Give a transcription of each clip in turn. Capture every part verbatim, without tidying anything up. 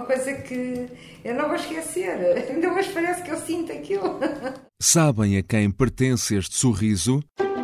coisa que eu não vou esquecer. Ainda hoje parece que eu sinto aquilo. Sabem a quem pertence este sorriso?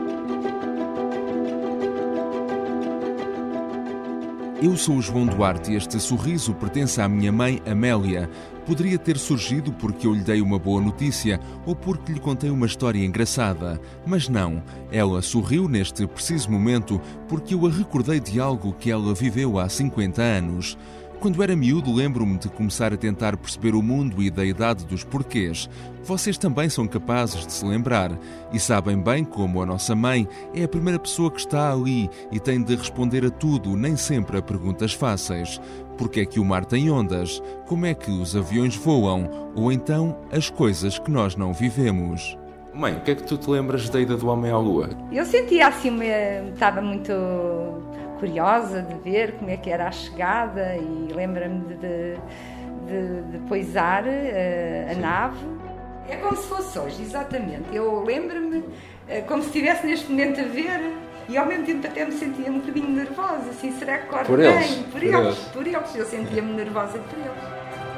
Eu sou o João Duarte e este sorriso pertence à minha mãe Amélia. Poderia ter surgido porque eu lhe dei uma boa notícia ou porque lhe contei uma história engraçada. Mas não, ela sorriu neste preciso momento porque eu a recordei de algo que ela viveu há cinquenta anos. Quando era miúdo, lembro-me de começar a tentar perceber o mundo e da idade dos porquês. Vocês também são capazes de se lembrar e sabem bem como a nossa mãe é a primeira pessoa que está ali e tem de responder a tudo, nem sempre a perguntas fáceis. Porque é que o mar tem ondas? Como é que os aviões voam? Ou então as coisas que nós não vivemos? Mãe, o que é que tu te lembras da ida do homem à Lua? Eu sentia assim, uma, estava muito curiosa de ver como é que era a chegada e lembro-me de, de, de, de poisar uh, a nave. É como se fosse hoje, exatamente. Eu lembro-me uh, como se estivesse neste momento a ver e ao mesmo tempo até me sentia um bocadinho nervosa. Assim, será que corre por bem? Eles, por, por eles, eles, por eles. Eu sentia-me nervosa por eles.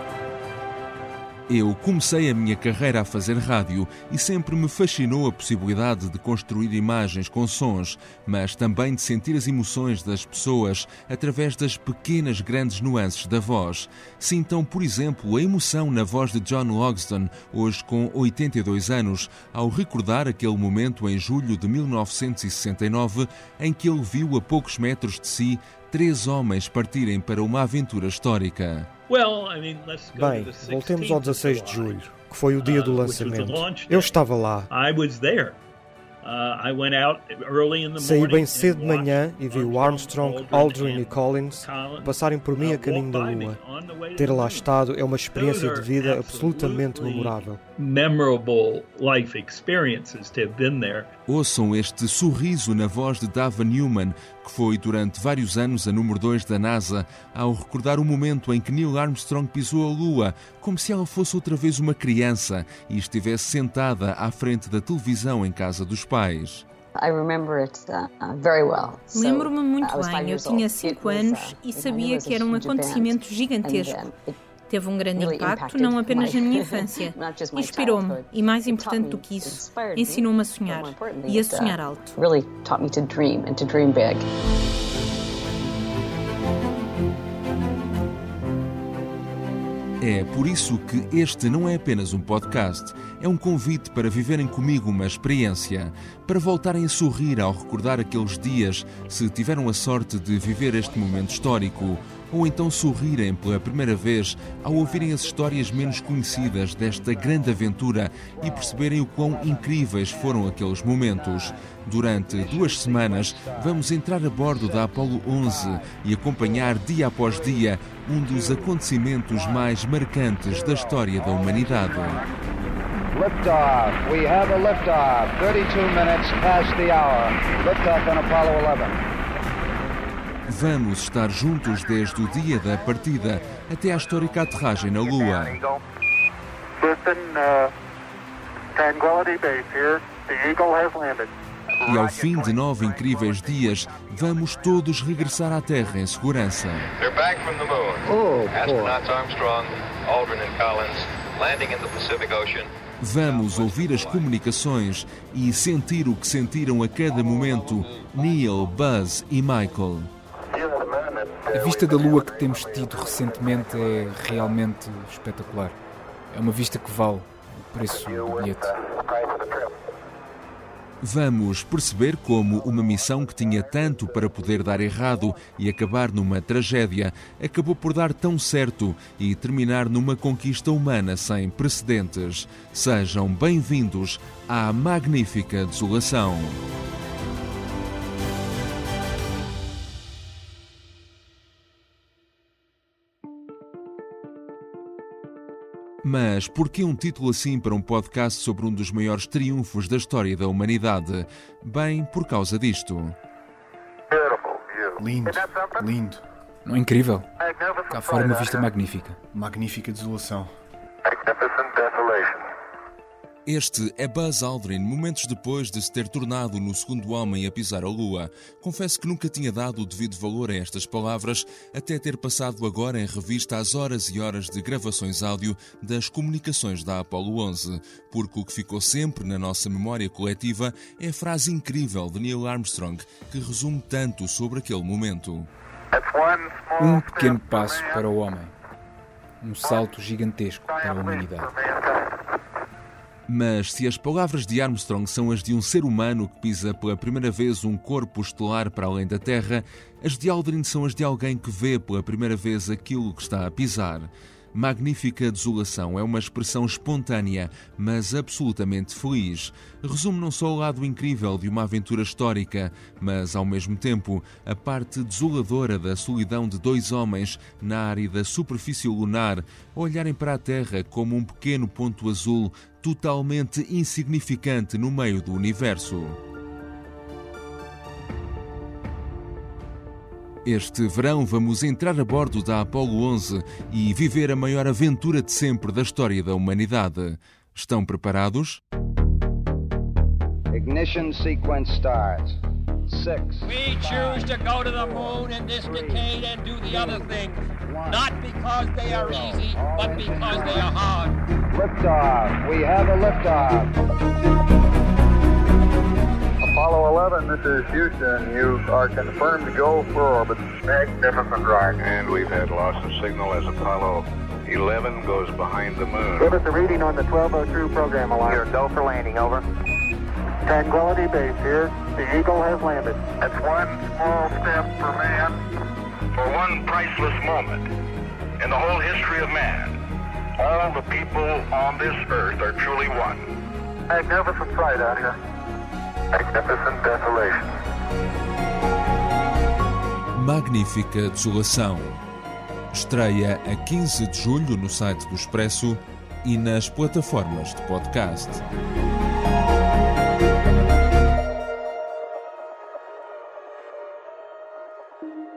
Eu comecei a minha carreira a fazer rádio e sempre me fascinou a possibilidade de construir imagens com sons, mas também de sentir as emoções das pessoas através das pequenas grandes nuances da voz. Sintam, por exemplo, a emoção na voz de John Logsdon, hoje com oitenta e dois anos, ao recordar aquele momento em julho de mil novecentos e sessenta e nove em que ele viu a poucos metros de si três homens partirem para uma aventura histórica. Bem, voltemos ao dezasseis de julho, que foi o dia do lançamento. Eu estava lá. Saí bem cedo de manhã e vi o Armstrong, Aldrin e Collins passarem por mim a caminho da Lua. Ter lá estado é uma experiência de vida absolutamente memorável. Ouçam este sorriso na voz de Dava Newman, que foi durante vários anos a número dois da NASA, ao recordar o momento em que Neil Armstrong pisou a Lua, como se ela fosse outra vez uma criança e estivesse sentada à frente da televisão em casa dos pais. Lembro-me muito bem, eu tinha cinco anos e sabia que era um acontecimento gigantesco. Teve um grande impacto, não apenas na minha infância. Inspirou-me e, mais importante do que isso, ensinou-me a sonhar e a sonhar alto. É por isso que este não é apenas um podcast, é um convite para viverem comigo uma experiência, para voltarem a sorrir ao recordar aqueles dias, se tiveram a sorte de viver este momento histórico, ou então sorrirem pela primeira vez ao ouvirem as histórias menos conhecidas desta grande aventura e perceberem o quão incríveis foram aqueles momentos. Durante duas semanas vamos entrar a bordo da Apollo onze e acompanhar dia após dia um dos acontecimentos mais marcantes da história da humanidade. Liftoff. We have a liftoff. thirty-two minutes past the hour. Liftoff on Apollo eleven. Vamos estar juntos desde o dia da partida até à histórica aterragem na Lua. Listen, uh, Tranquility Base here. The Eagle has landed. E ao fim de nove incríveis dias, vamos todos regressar à Terra em segurança. They're back from the moon. Oh, Astronauts Armstrong, Aldrin and Collins landing in the Pacific Ocean. Vamos ouvir as comunicações e sentir o que sentiram a cada momento Neil, Buzz e Michael. A vista da Lua que temos tido recentemente é realmente espetacular. É uma vista que vale o preço do bilhete. Vamos perceber como uma missão que tinha tanto para poder dar errado e acabar numa tragédia acabou por dar tão certo e terminar numa conquista humana sem precedentes. Sejam bem-vindos à Magnífica Desolação. Mas por que um título assim para um podcast sobre um dos maiores triunfos da história da humanidade? Bem, por causa disto. Lindo, lindo. Não é incrível? Cá fora uma vista magnífica. Magnífica desolação. Este é Buzz Aldrin, momentos depois de se ter tornado no segundo homem a pisar a Lua. Confesso que nunca tinha dado o devido valor a estas palavras, até ter passado agora em revista as horas e horas de gravações áudio das comunicações da Apollo onze, porque o que ficou sempre na nossa memória coletiva é a frase incrível de Neil Armstrong, que resume tanto sobre aquele momento. Um pequeno passo para o homem, um salto gigantesco para a humanidade. Mas se as palavras de Armstrong são as de um ser humano que pisa pela primeira vez um corpo estelar para além da Terra, as de Aldrin são as de alguém que vê pela primeira vez aquilo que está a pisar. Magnífica desolação é uma expressão espontânea, mas absolutamente feliz. Resume não só o lado incrível de uma aventura histórica, mas, ao mesmo tempo, a parte desoladora da solidão de dois homens na árida superfície lunar, a olharem para a Terra como um pequeno ponto azul totalmente insignificante no meio do universo. Este verão vamos entrar a bordo da Apollo onze e viver a maior aventura de sempre da história da humanidade. Estão preparados? Ignition sequence starts. Six. We choose to go to the moon in this decade and do the other things, not because they are easy, but because they are hard. Liftoff. We have a liftoff. Apollo eleven, this is Houston. You are confirmed to go for orbit. Magnificent ride. And we've had loss of signal as Apollo eleven goes behind the moon. Give us a reading on the twelve oh two program alarm. You're go for landing, over. Tranquility Base here. The Eagle has landed. That's one small step for man, for one priceless moment in the whole history of man. All the people on this earth are truly one. Magnificent sight out here. Magnificent desolation. Magnífica desolação. Estreia a quinze de julho no site do Expresso e nas plataformas de podcast. Thank you.